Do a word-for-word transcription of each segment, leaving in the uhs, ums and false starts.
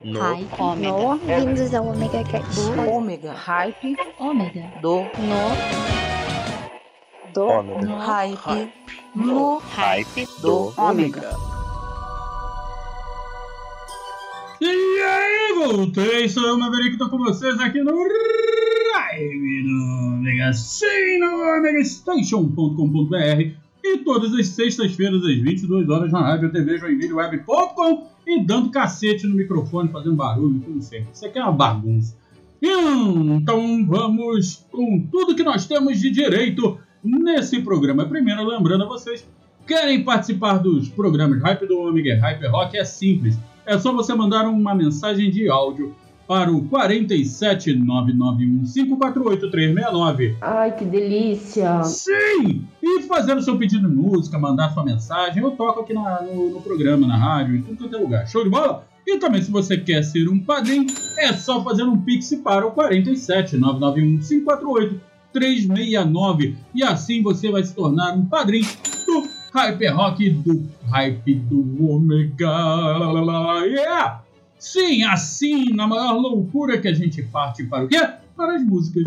No. Hype. Ômega. No, bem-vindos ao Omega Cast. Ômega. Hype. Ômega. Do. No, do, Ômega. No. Hype. No. Hype Do. Ômega. E aí, voltei, sou eu, Maverick, tô com vocês aqui no Live do Omega, sim, no omega station ponto com ponto b r e todas as sextas-feiras às vinte e duas horas na rádio T V Joinville Web ponto com e dando cacete no microfone, fazendo barulho, tudo sempre. Isso aqui é uma bagunça. Então vamos com tudo que nós temos de direito nesse programa. Primeiro, lembrando a vocês, querem participar dos programas Hype do Omega, Hype Rock, é simples. É só você mandar uma mensagem de áudio para o quatro sete nove nove um cinco quatro oito três seis nove. Ai, que delícia. Sim! E fazer o seu pedido de música, mandar sua mensagem, eu toco aqui na, no, no programa, na rádio, em tudo quanto é lugar. Show de bola? E também, se você quer ser um padrinho, é só fazer um pix para o quatro sete nove nove um cinco quatro oito três seis nove. E assim você vai se tornar um padrinho do Hype Rock, do Hype do Omega. Yeah! Sim, assim, na maior loucura que a gente parte para o quê? Para as músicas.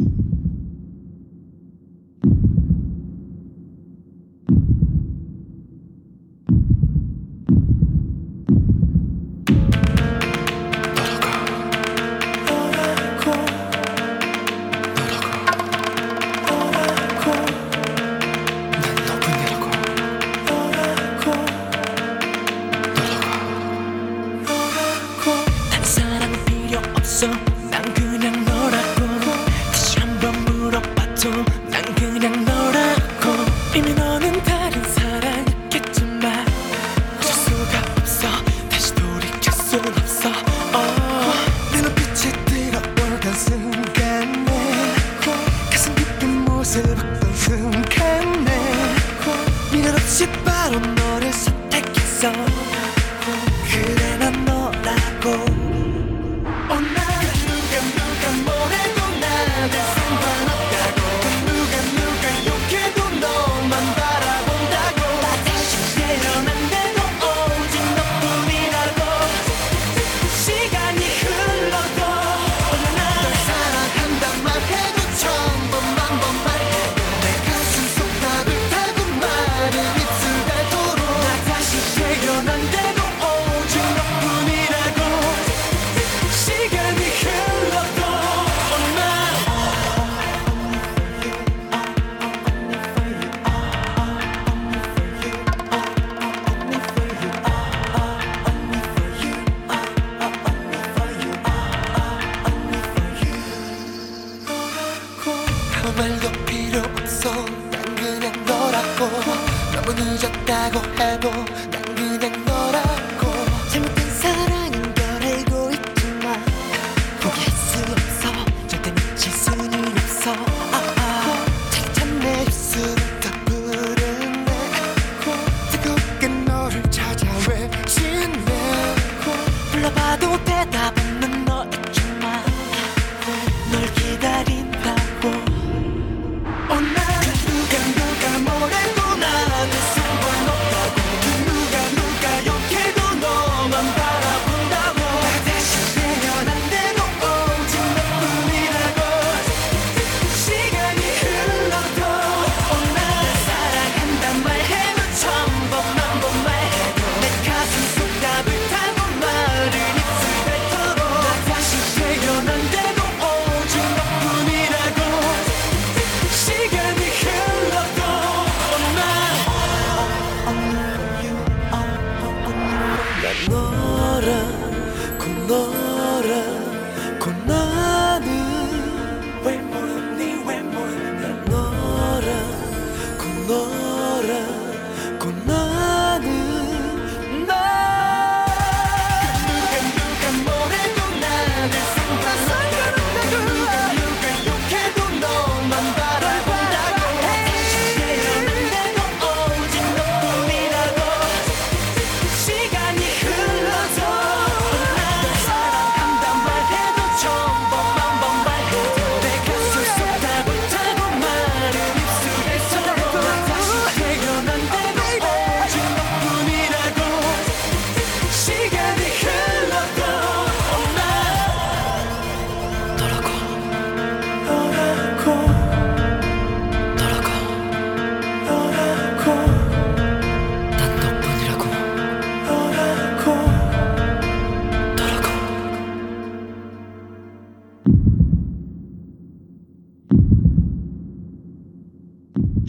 시간이 흘러도 날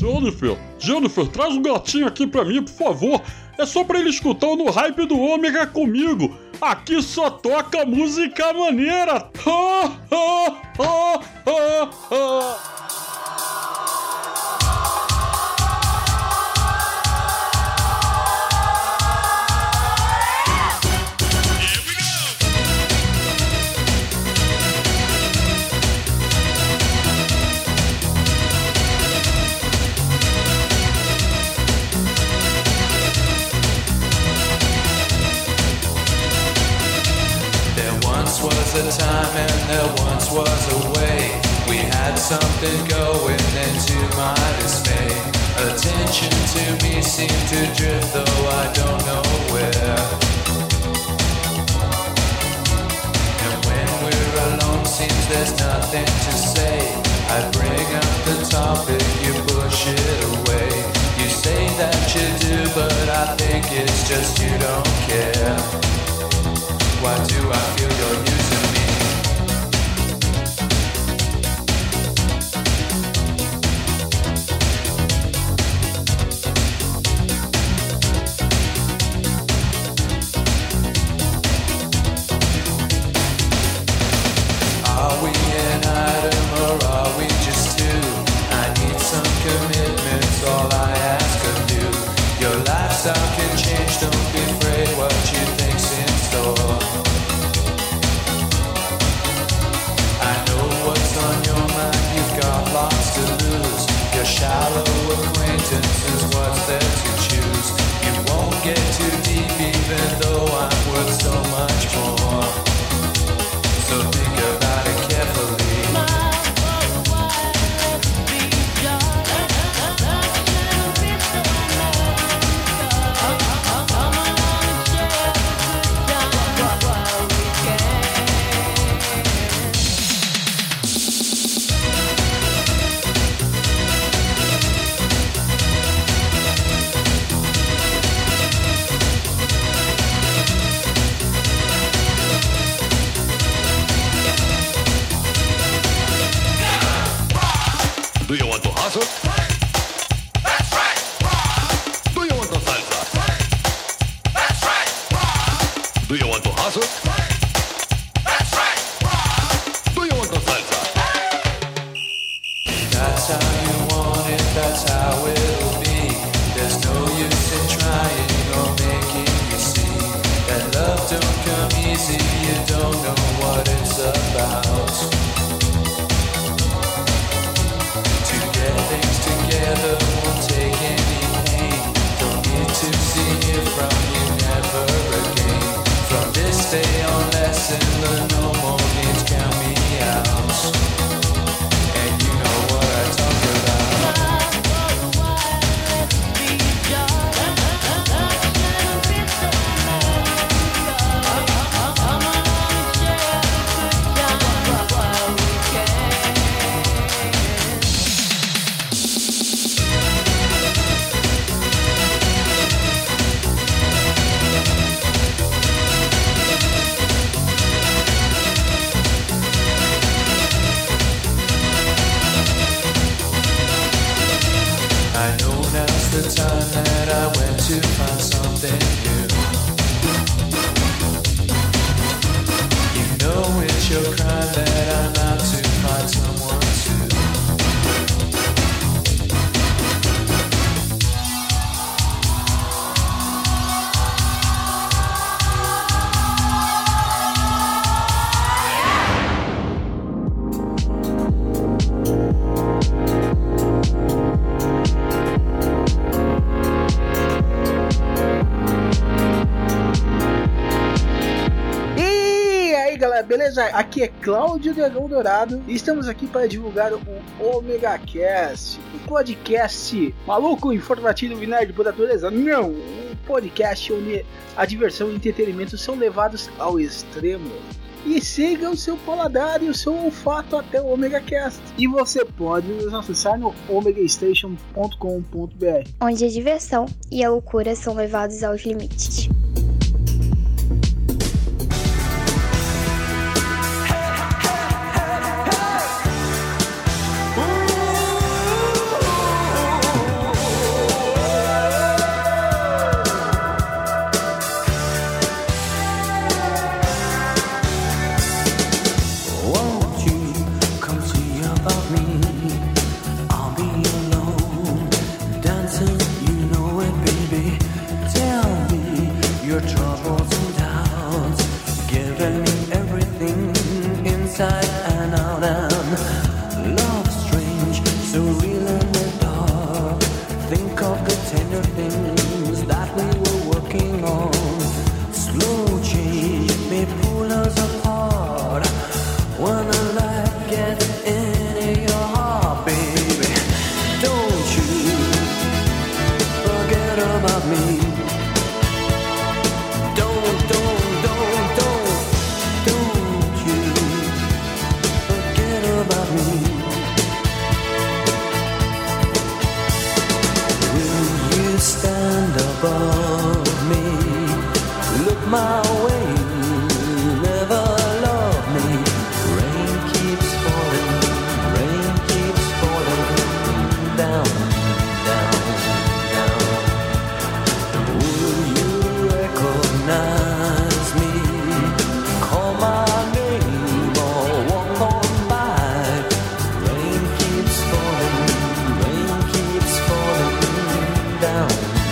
Jennifer, Jennifer, traz um gatinho aqui pra mim, por favor. É só pra ele escutar o No Hype do Ômega comigo. Aqui só toca música maneira. Ha, ha, ha, ha, ha. Was a time and there once was a way. We had something going, and to my dismay, attention to me seemed to drift, though I don't know where. And when we're alone, seems there's nothing to say. I bring up the topic, you push it away. You say that you do, but I think it's just you don't care. Why do I feel you're using me? Are we an item or are we just two? I need some commitments, all I ask of you. Your lifestyle can change, don't be afraid what you think's in store. I know what's on your mind, you've got lots to lose. Your shallow acquaintance is what's there to choose. You won't get too deep even though I'm worth so much more. So think about it carefully. Do you want to hustle? That's right. Do you want to salsa? That's right. Do you want to hustle? That's right. Do you want to salsa? That's how you want it, that's how it'll be. There's no use in trying or making you see that love don't come easy, you don't know what it's about. Things together won't take any pain. Don't need to see it from you never again. From this day on, lesson learned, no more games count me out. And you know what I talk about. The time that I went to find something new. You know it's your crime that I'm out to find someone to. Beleza? Aqui é Cláudio Dragão Dourado e estamos aqui para divulgar o Ômega Cast, um podcast maluco, informativo e nerd por natureza. Não, um podcast onde a diversão e o entretenimento são levados ao extremo. E siga o seu paladar e o seu olfato até o Ômega Cast. E você pode nos acessar no omega station ponto com ponto b r, onde a diversão e a loucura são levados aos limites. inside and out and love strange, so real in the dark. Think of the tender things that we were working on. Slow change may pull us apart when the light gets into your heart, baby. Don't you forget about me. Stand above me, look my way, never love me. Rain keeps falling, rain keeps falling down, down, down. Will you recognize me? Call my name or walk on by. Rain keeps falling, rain keeps falling down.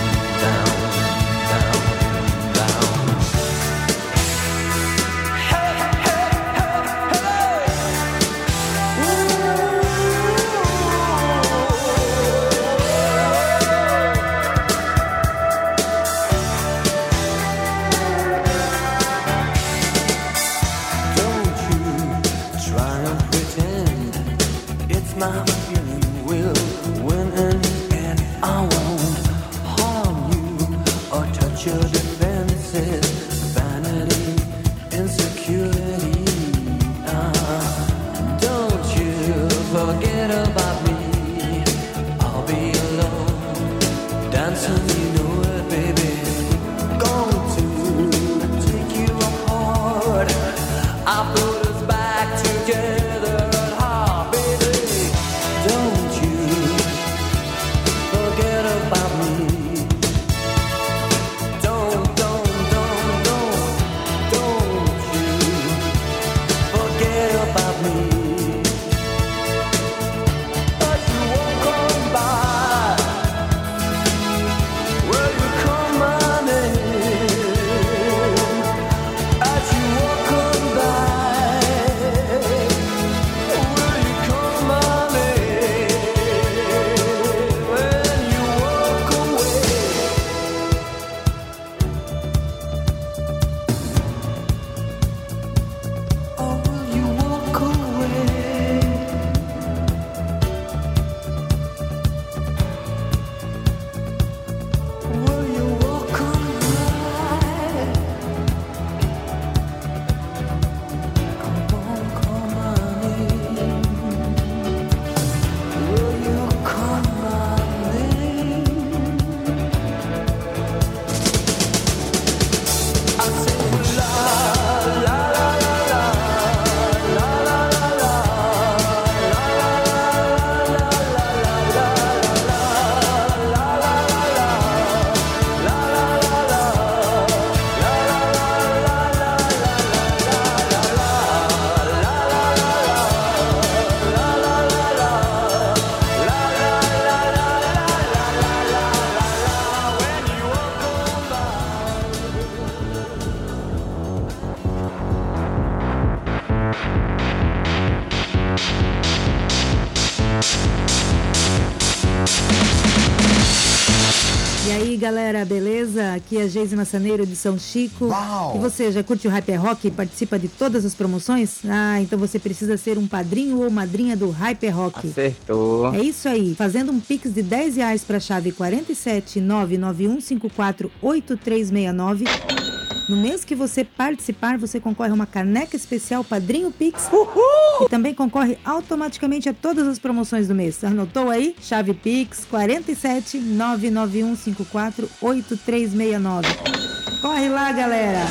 Galera, beleza? Aqui é a Geise Massaneiro de São Chico. Uau. E você já curte o Hyper Rock e participa de todas as promoções? Ah, então você precisa ser um padrinho ou madrinha do Hyper Rock. Acertou. É isso aí, fazendo um pix de dez reais para a chave quatro sete nove nove um cinco quatro oito três seis nove. No mês que você participar, você concorre a uma caneca especial Padrinho Pix. Uhul! E também concorre automaticamente a todas as promoções do mês. Anotou aí? Chave Pix quatro sete nove nove um cinco quatro oito três seis nove. Corre lá, galera!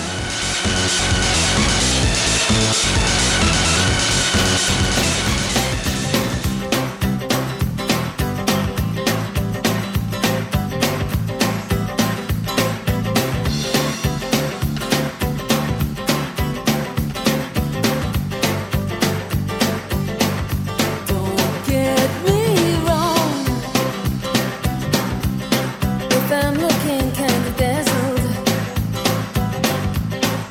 I'm looking kind of dazzled.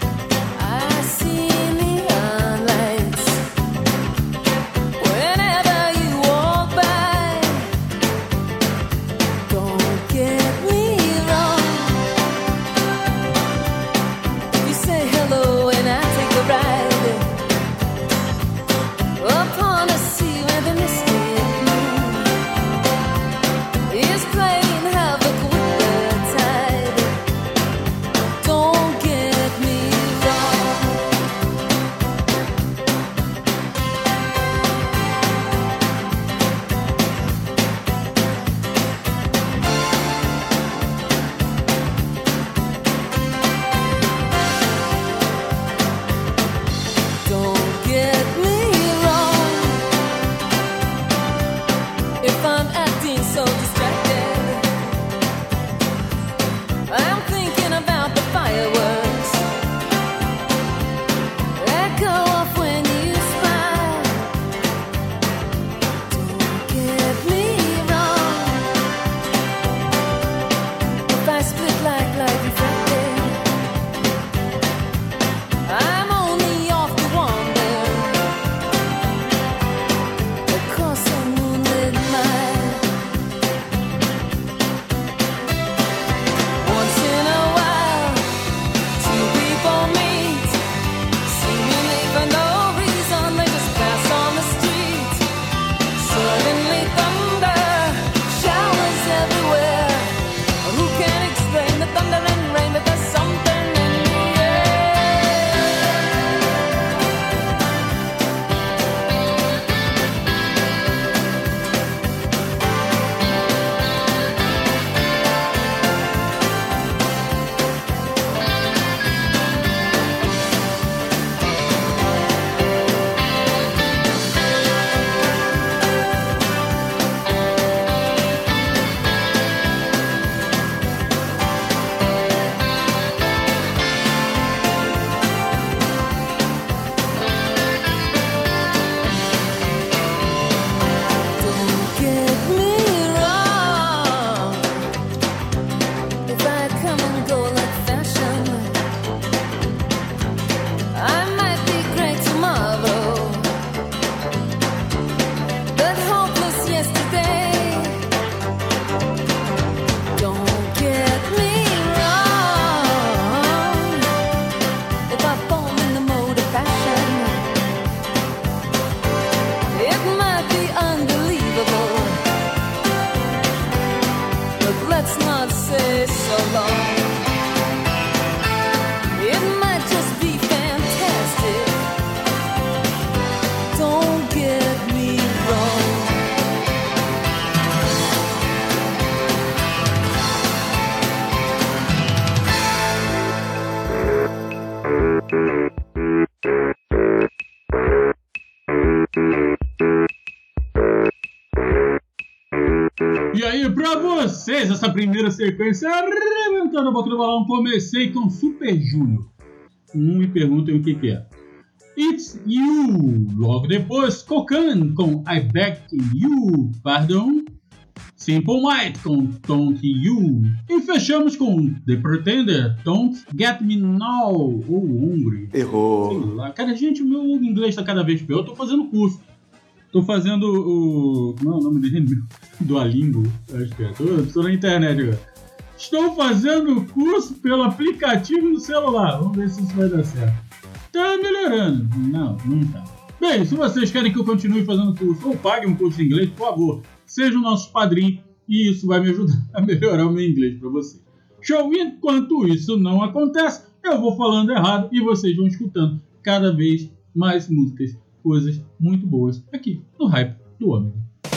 pra vocês essa primeira sequência arrebentando a boca do balão. Comecei com Super Junior. Não me perguntem o que que é. It's You. Logo depois, Cocan com I Beg You, Pardon. Simple Minds com Don't You. E fechamos com The Pretender, Don't Get Me Now, ou Hungry. Errou. Sei lá. Cara, gente, o meu inglês tá cada vez pior. Eu tô fazendo curso. Tô fazendo o... Como é o nome dele? Duolingo, acho que é. Tô, tô na internet agora. Estou fazendo curso pelo aplicativo do celular. Vamos ver se isso vai dar certo. Tá melhorando. Não, não tá. Bem, se vocês querem que eu continue fazendo curso ou pague um curso de inglês, por favor, sejam nossos padrinhos e isso vai me ajudar a melhorar o meu inglês para vocês. Show! Enquanto isso não acontece, eu vou falando errado e vocês vão escutando cada vez mais músicas, coisas muito boas aqui no Hype do Ômega.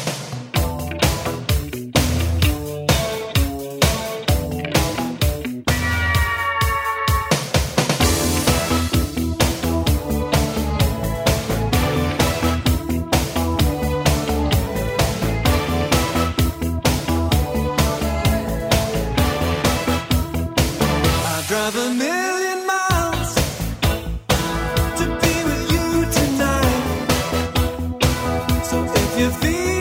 Drive a million miles to be with you tonight. So if you feel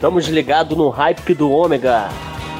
Estamos ligados no hype do Ômega.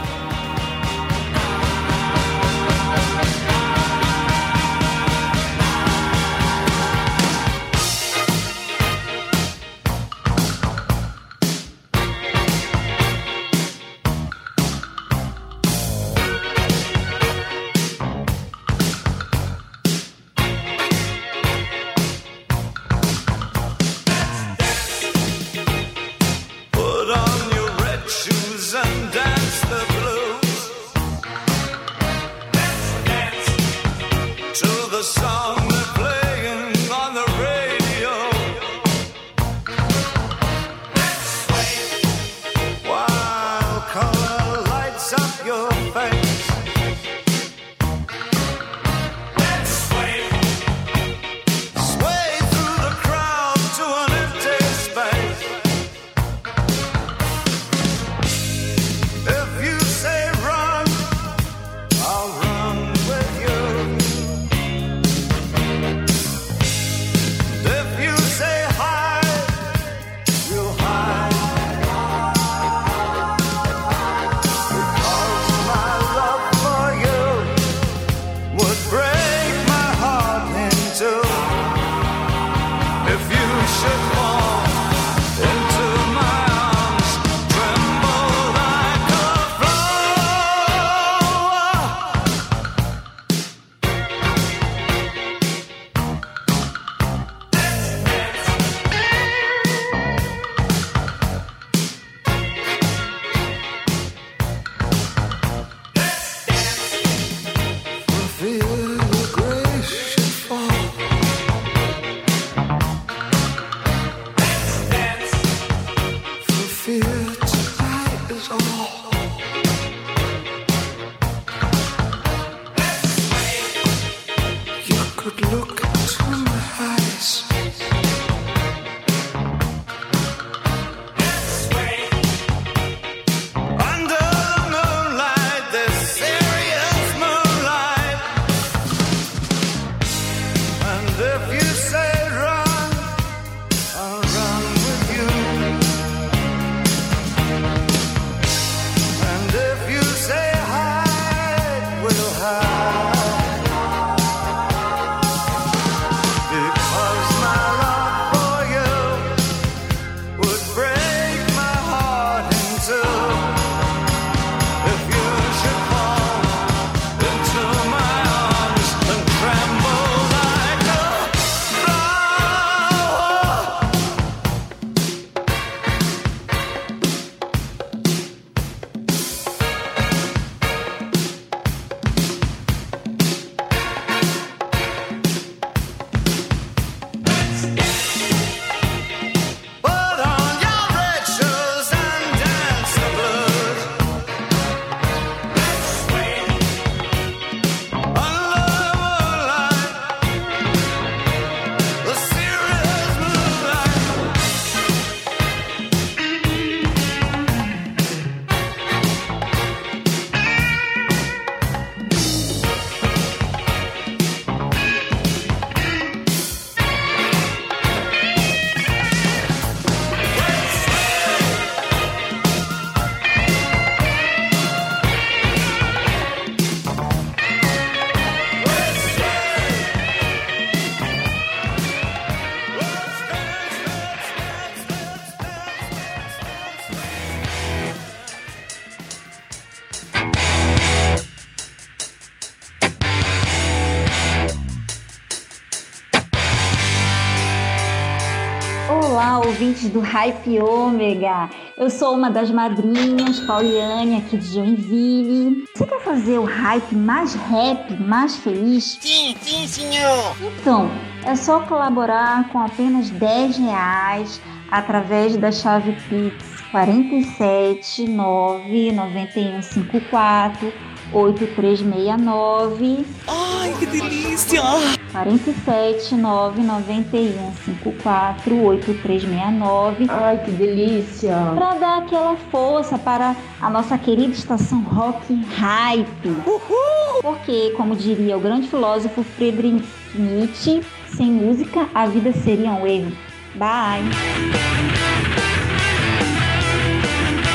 Olá, ouvintes do Hype Ômega. Eu sou uma das madrinhas, Pauliane, aqui de Joinville. Você quer fazer o hype mais rap, mais feliz? Sim, sim, senhor! Então, é só colaborar com apenas dez reais através da chave Pix quatro sete nove nove um cinco quatro oito três seis nove. Ai, que delícia! quatro sete nove nove um cinco quatro oito três seis nove. Ai, que delícia! Para dar aquela força para a nossa querida estação Rock Hype. Uhul! Porque, como diria o grande filósofo Friedrich Nietzsche, sem música a vida seria um erro. Bye!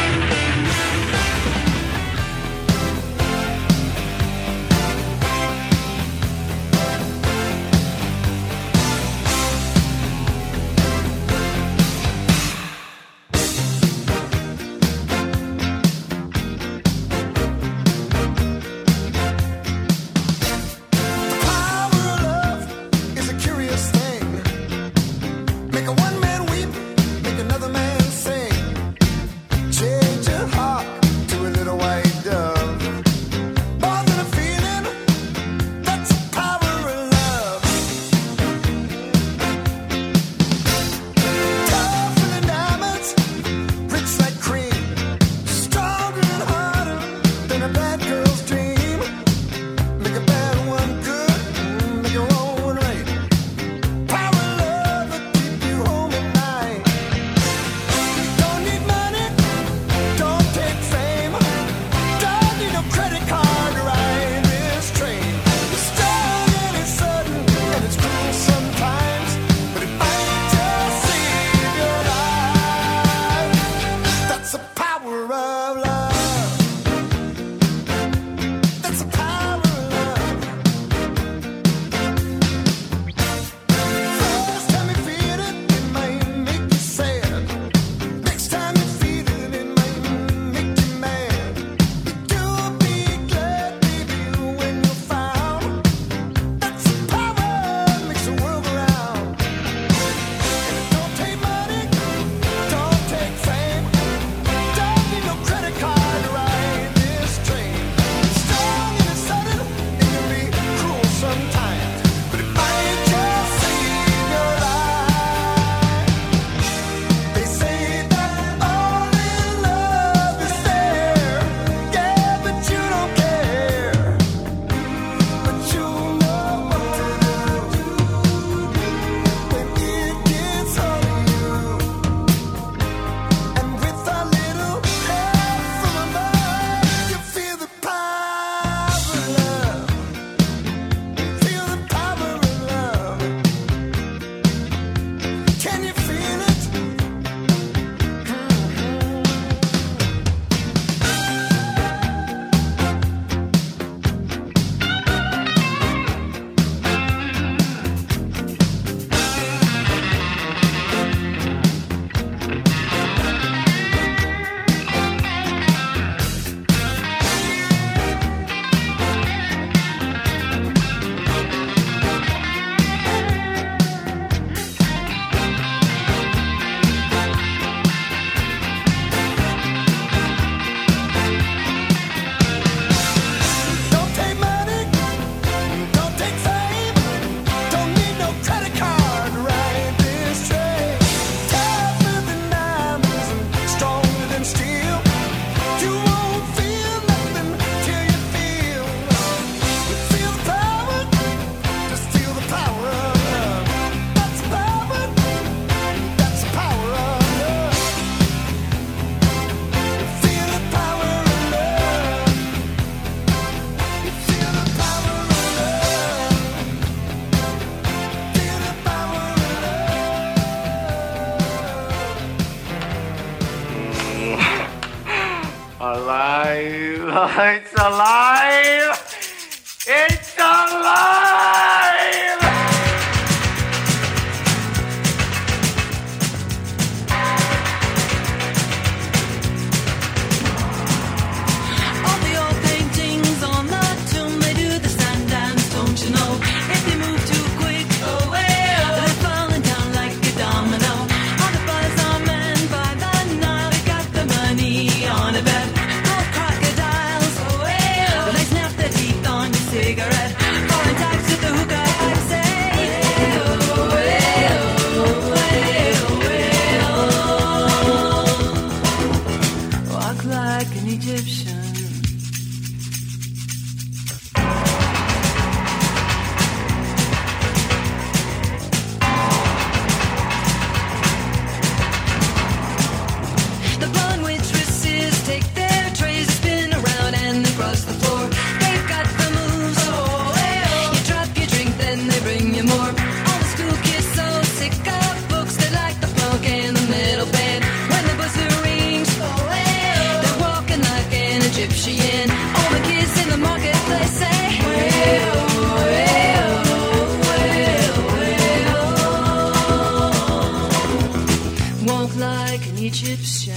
It's alive! It's alive! All the old paintings on the tomb, they do the sand dance, don't you know? If they move too quick, oh, hey, oh, they're falling down like a domino. All the buzz are men by the Nile, they got the money on a bet. All crocodiles, oh, hey, oh, they snap their teeth on your cigarette. Foreign tax with the hookah, I say, hey, oh, hey, oh, hey, oh, hey, oh. Walk like an Egyptian. The blonde waitresses take their trays, spin around and they cross the floor. They've got the moves, oh, hey, oh. You drop your drink, then they bring you more. All the school kids so sick of books, they like the funk in the middle bed. When the buzzer rings, oh, hey, oh, they're walking like an Egyptian. All the kids in the marketplace say, hey, oh, hey, oh, hey, oh, hey, oh. Walk like an Egyptian.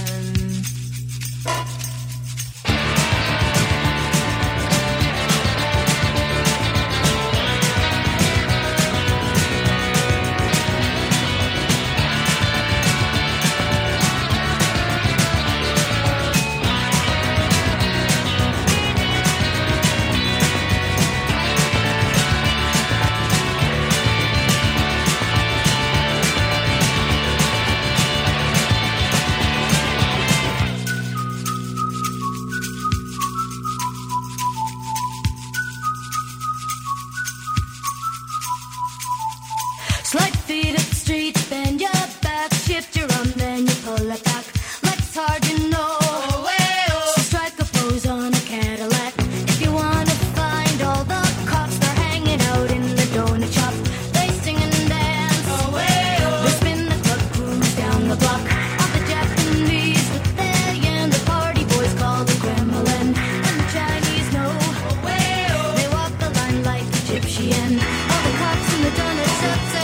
Slide feet up the street, bend your back, shift your arm, then you pull it back. Like it's hard, you know. So strike a pose on a Cadillac. If you wanna find all the cops, they're hanging out in the donut shop. They sing and dance. They spin the club, cruise down the block. All the Japanese with their yen, the party boys call the Kremlin. And the Chinese know. They walk the line like Egyptian. All the cops in the donut shop say,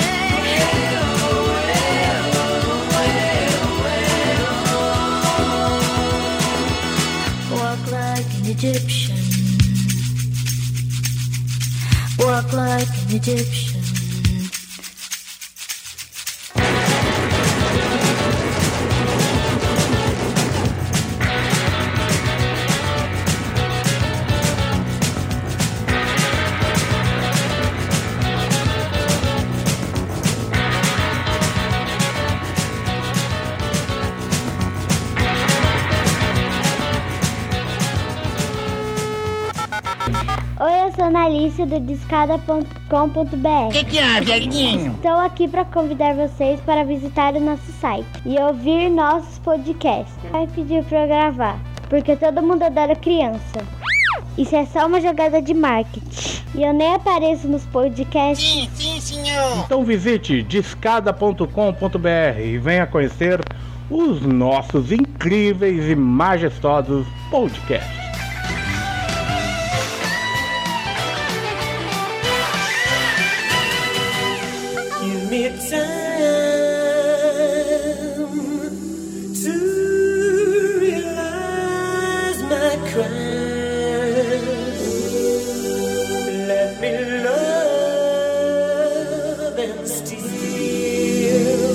walk like an Egyptian. Walk like an Egyptian. Oi, eu sou a Analice do discada ponto com ponto b r. Que que é, velhinho? Estou aqui para convidar vocês para visitar o nosso site e ouvir nossos podcasts. Vai pedir para eu gravar, porque todo mundo adora criança. Isso é só uma jogada de marketing. E eu nem apareço nos podcasts. Sim, sim, senhor. Então visite discada ponto com ponto b r e venha conhecer os nossos incríveis e majestosos podcasts. Give me time to realize my crime. Let me love and steal.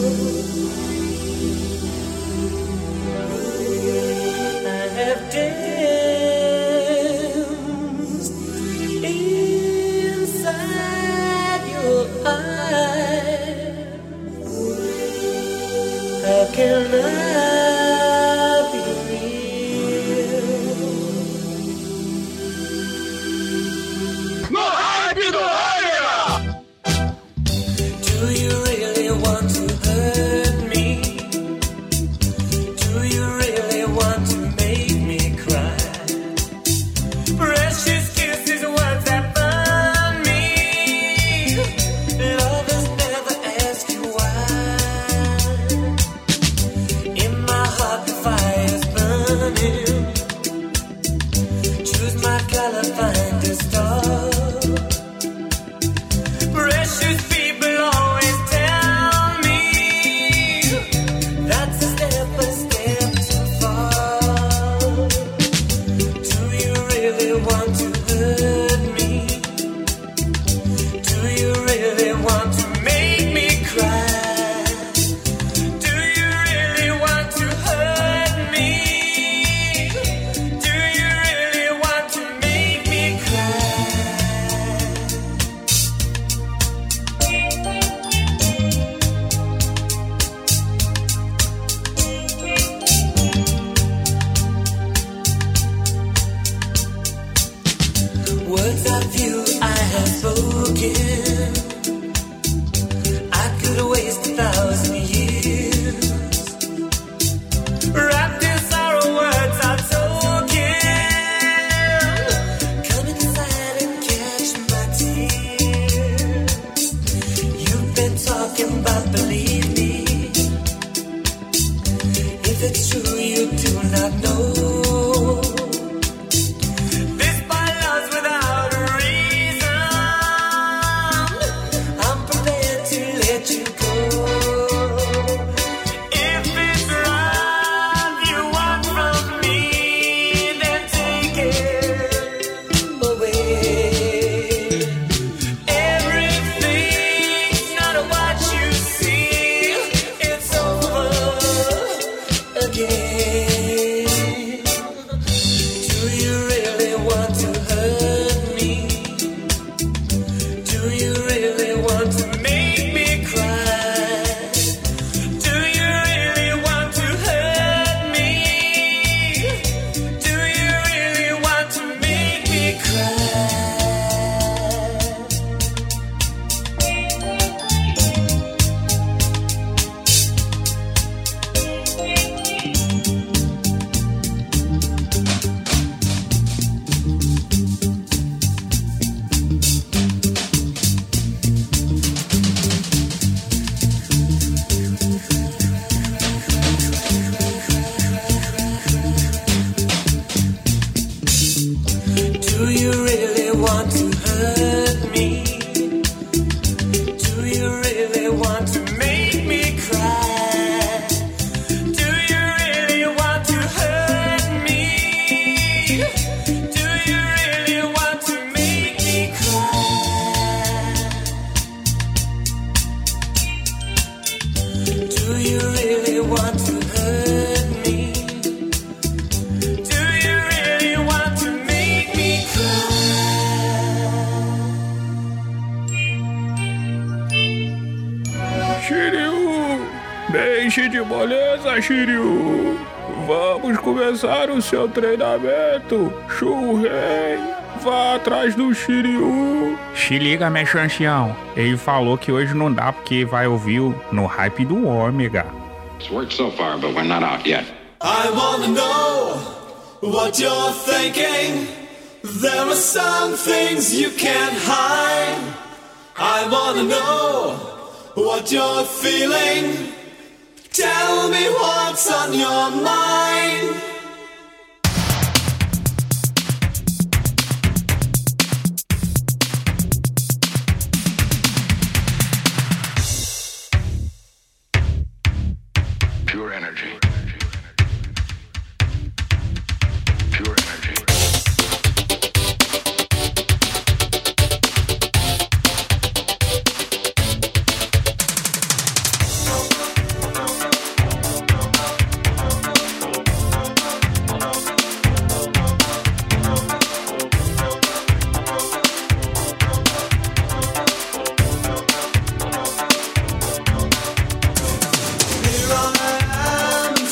I have danced inside your eyes. How can I be real? No hype do Ômega! Do you really want to hurt me? Do you really want to make me cry? Precious kisses, words that burn me. Lovers never ask you why. In it's true you do not know. This by love's without a reason. I'm prepared to let you go. If it's love you want from me, then take it away. Everything's not what you see. It's over again. Do you really want to hurt me? Do you really want to make me cry? Do you really want to hurt me? Do you really want to make me cry? Do you really want to hurt me? Do you really want to make me cry? Do you really want to hurt me? Do you really want to make me cry? Do you really want to hurt me? Do you really want to make me cry? Shiryu, deixe de moleza, Shiryu. Vamos começar o seu treinamento. Shurei, vá atrás do Shiryu. Se liga, mestre ancião. Ele falou que hoje não dá porque vai ouvir o no hype do Ômega. It's worked so far, but we're not out yet. I wanna know what you're thinking. There are some things you can't hide. I wanna know what you're feeling. Tell me what's on your mind. Pure energy. Pure energy. Here I am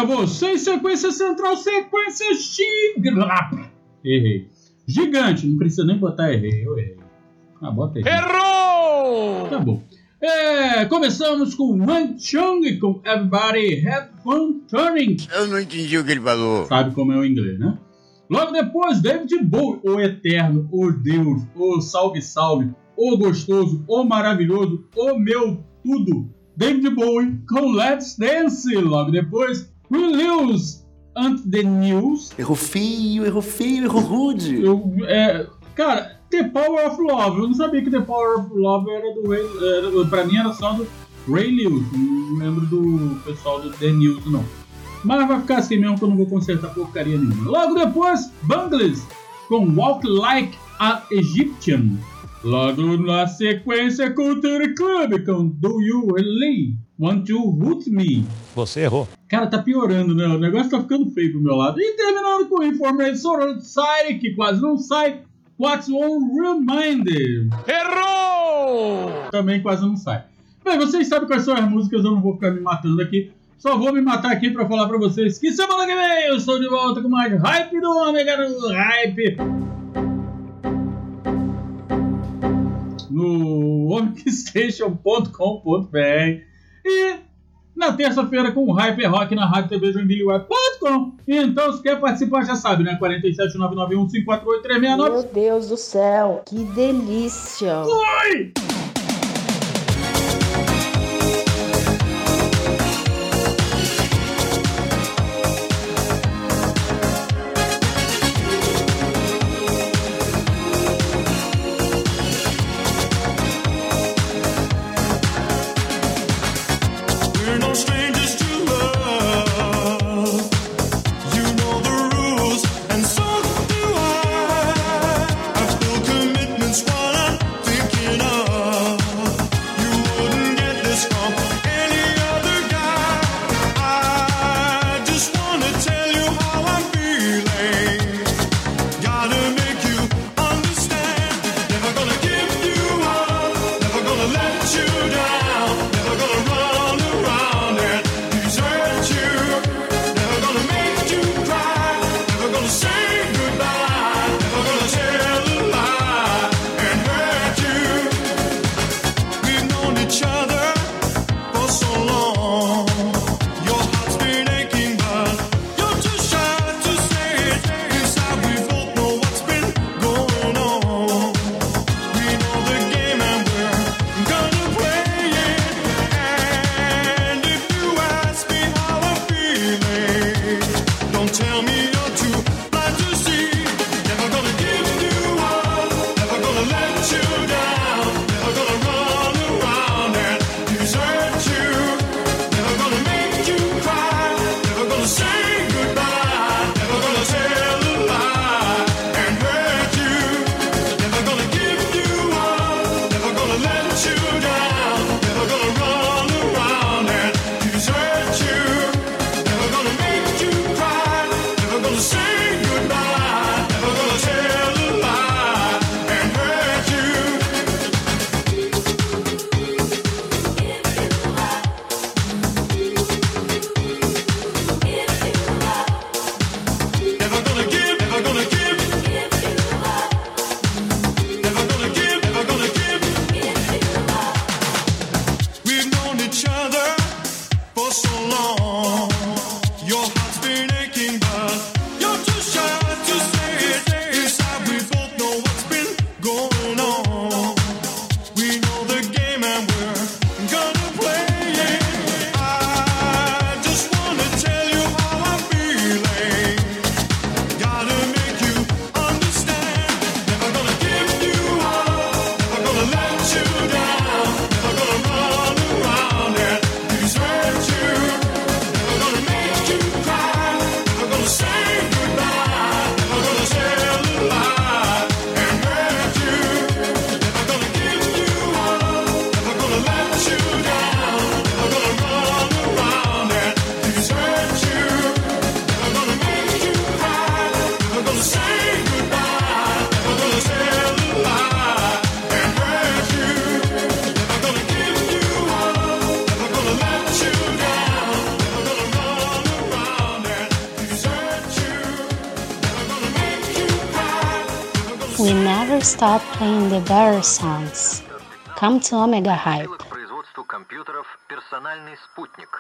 você, sequência central, sequência gigante. Errei. Gigante, não precisa nem botar errei, eu errei. Ah, bota aí. Errou! Tá bom. É, começamos com Wang Chung com Everybody Have Fun Turning. Eu não entendi o que ele falou. Sabe como é o inglês, né? Logo depois, David Bowie, o eterno, o Deus, o salve salve, o gostoso, o maravilhoso, o meu tudo. David Bowie com Let's Dance. Logo depois, Release and the News. Errou feio, errou feio, errou rude. Eu, é, cara, The Power of Love. Eu não sabia que The Power of Love era do Ray. Era, pra mim era só do Ray Lewis. Não lembro do pessoal do The News, não. Mas vai ficar assim mesmo que eu não vou consertar porcaria nenhuma. Logo depois, Bangles com Walk Like an Egyptian. Logo na sequência, Culture Club com Do You Really Want to Root Me? Você errou. Cara, tá piorando, né? O negócio tá ficando feio pro meu lado. E terminando com Information Society, que quase não sai. What's One Reminder? Errou! Também quase não sai. Bem, vocês sabem quais são as músicas, eu não vou ficar me matando aqui. Só vou me matar aqui pra falar pra vocês que semana que vem eu estou de volta com mais Hype do Ômega do Hype. No omega station ponto com ponto b r e na terça-feira com o Hyper Rock na Rádio T V Joinville Web ponto com. Então, se quer participar, já sabe, né? quatro sete nove nove um cinco quatro oito três seis nove. Meu Deus do céu, que delícia! Oi! Say We never stop playing the better songs. Come to Omega Hype. Производству компьютеров «Персональный спутник».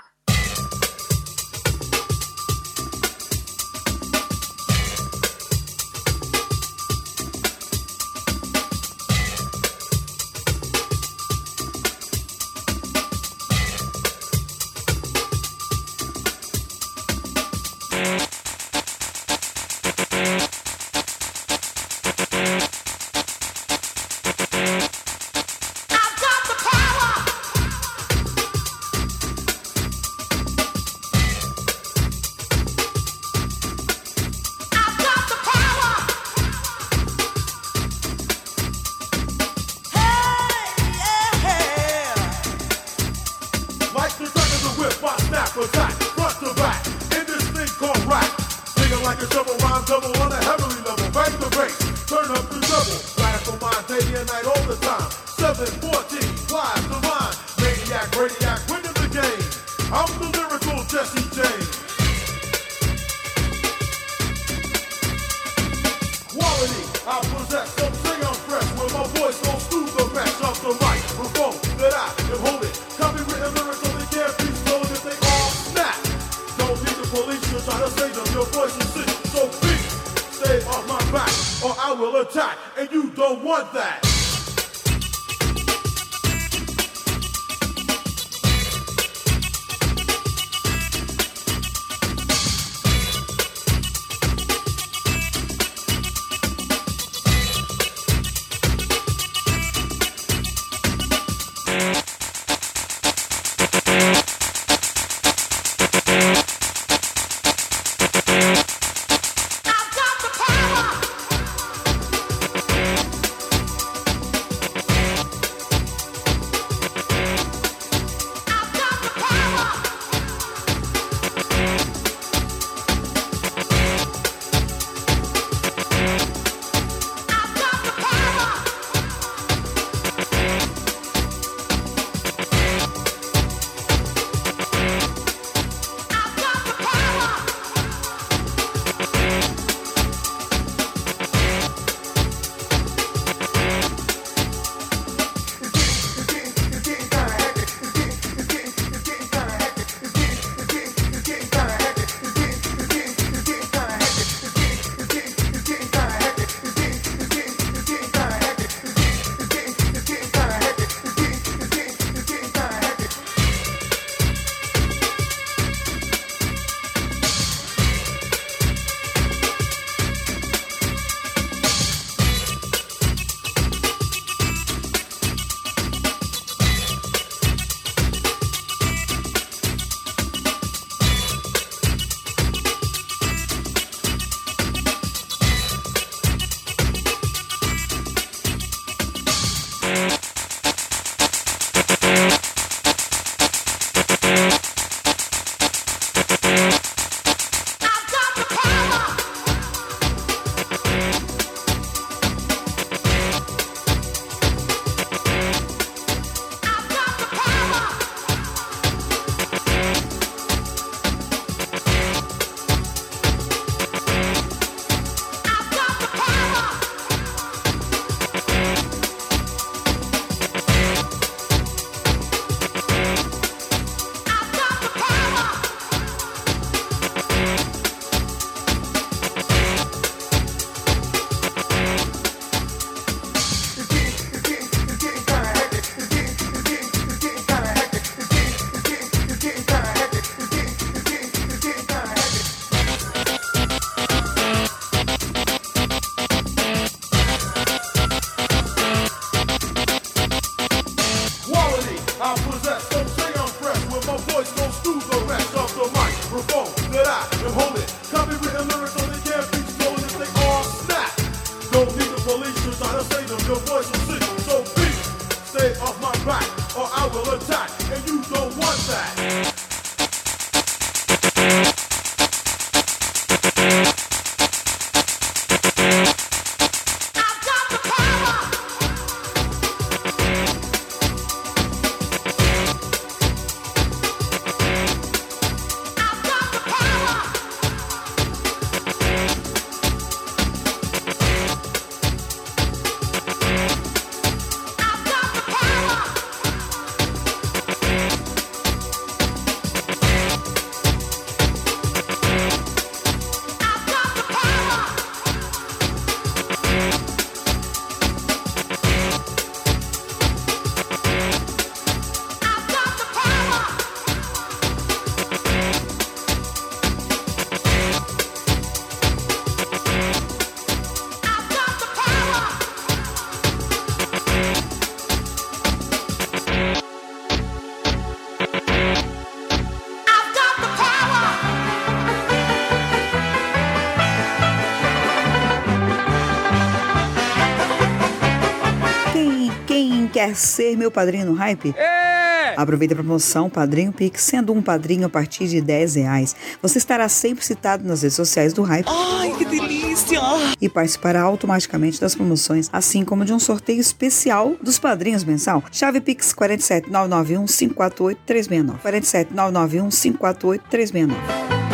Quer ser meu padrinho no Hype? É! Aproveita a promoção Padrinho Pix, sendo um padrinho a partir de dez reais. Você estará sempre citado nas redes sociais do Hype. Ai, que delícia! E participará automaticamente das promoções, assim como de um sorteio especial dos padrinhos mensal. Chave Pix quatro sete nove nove um cinco quatro oito três seis nove. quatro sete nove nove um cinco quatro oito três seis nove.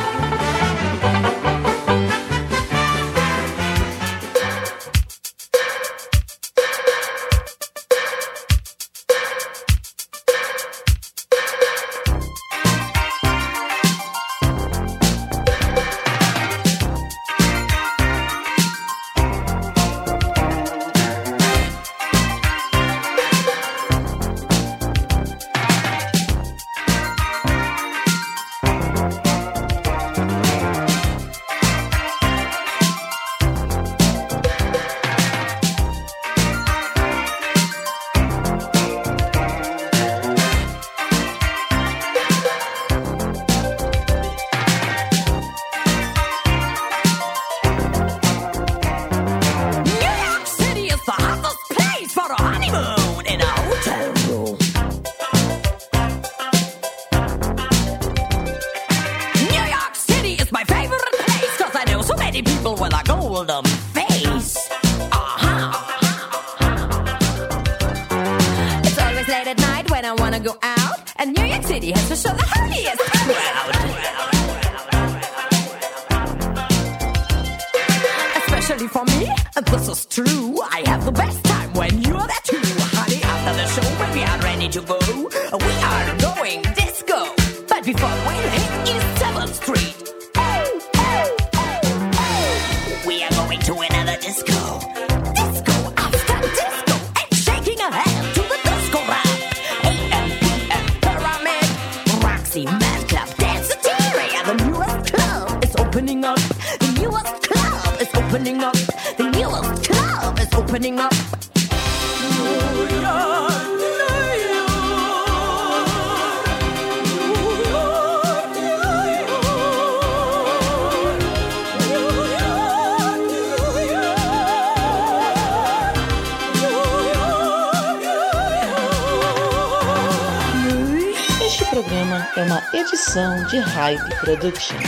É uma edição de Hype Productions.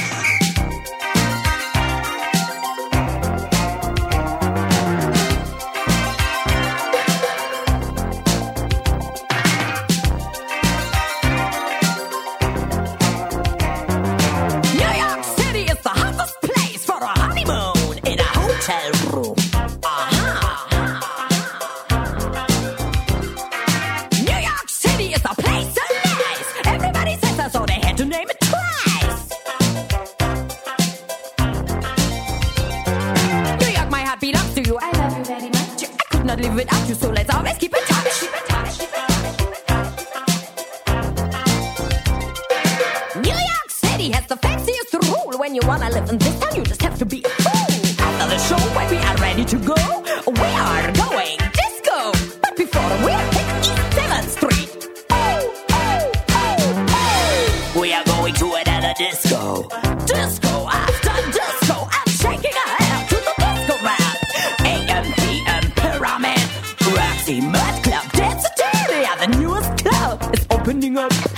Mad Club, dance to the newest club is opening up.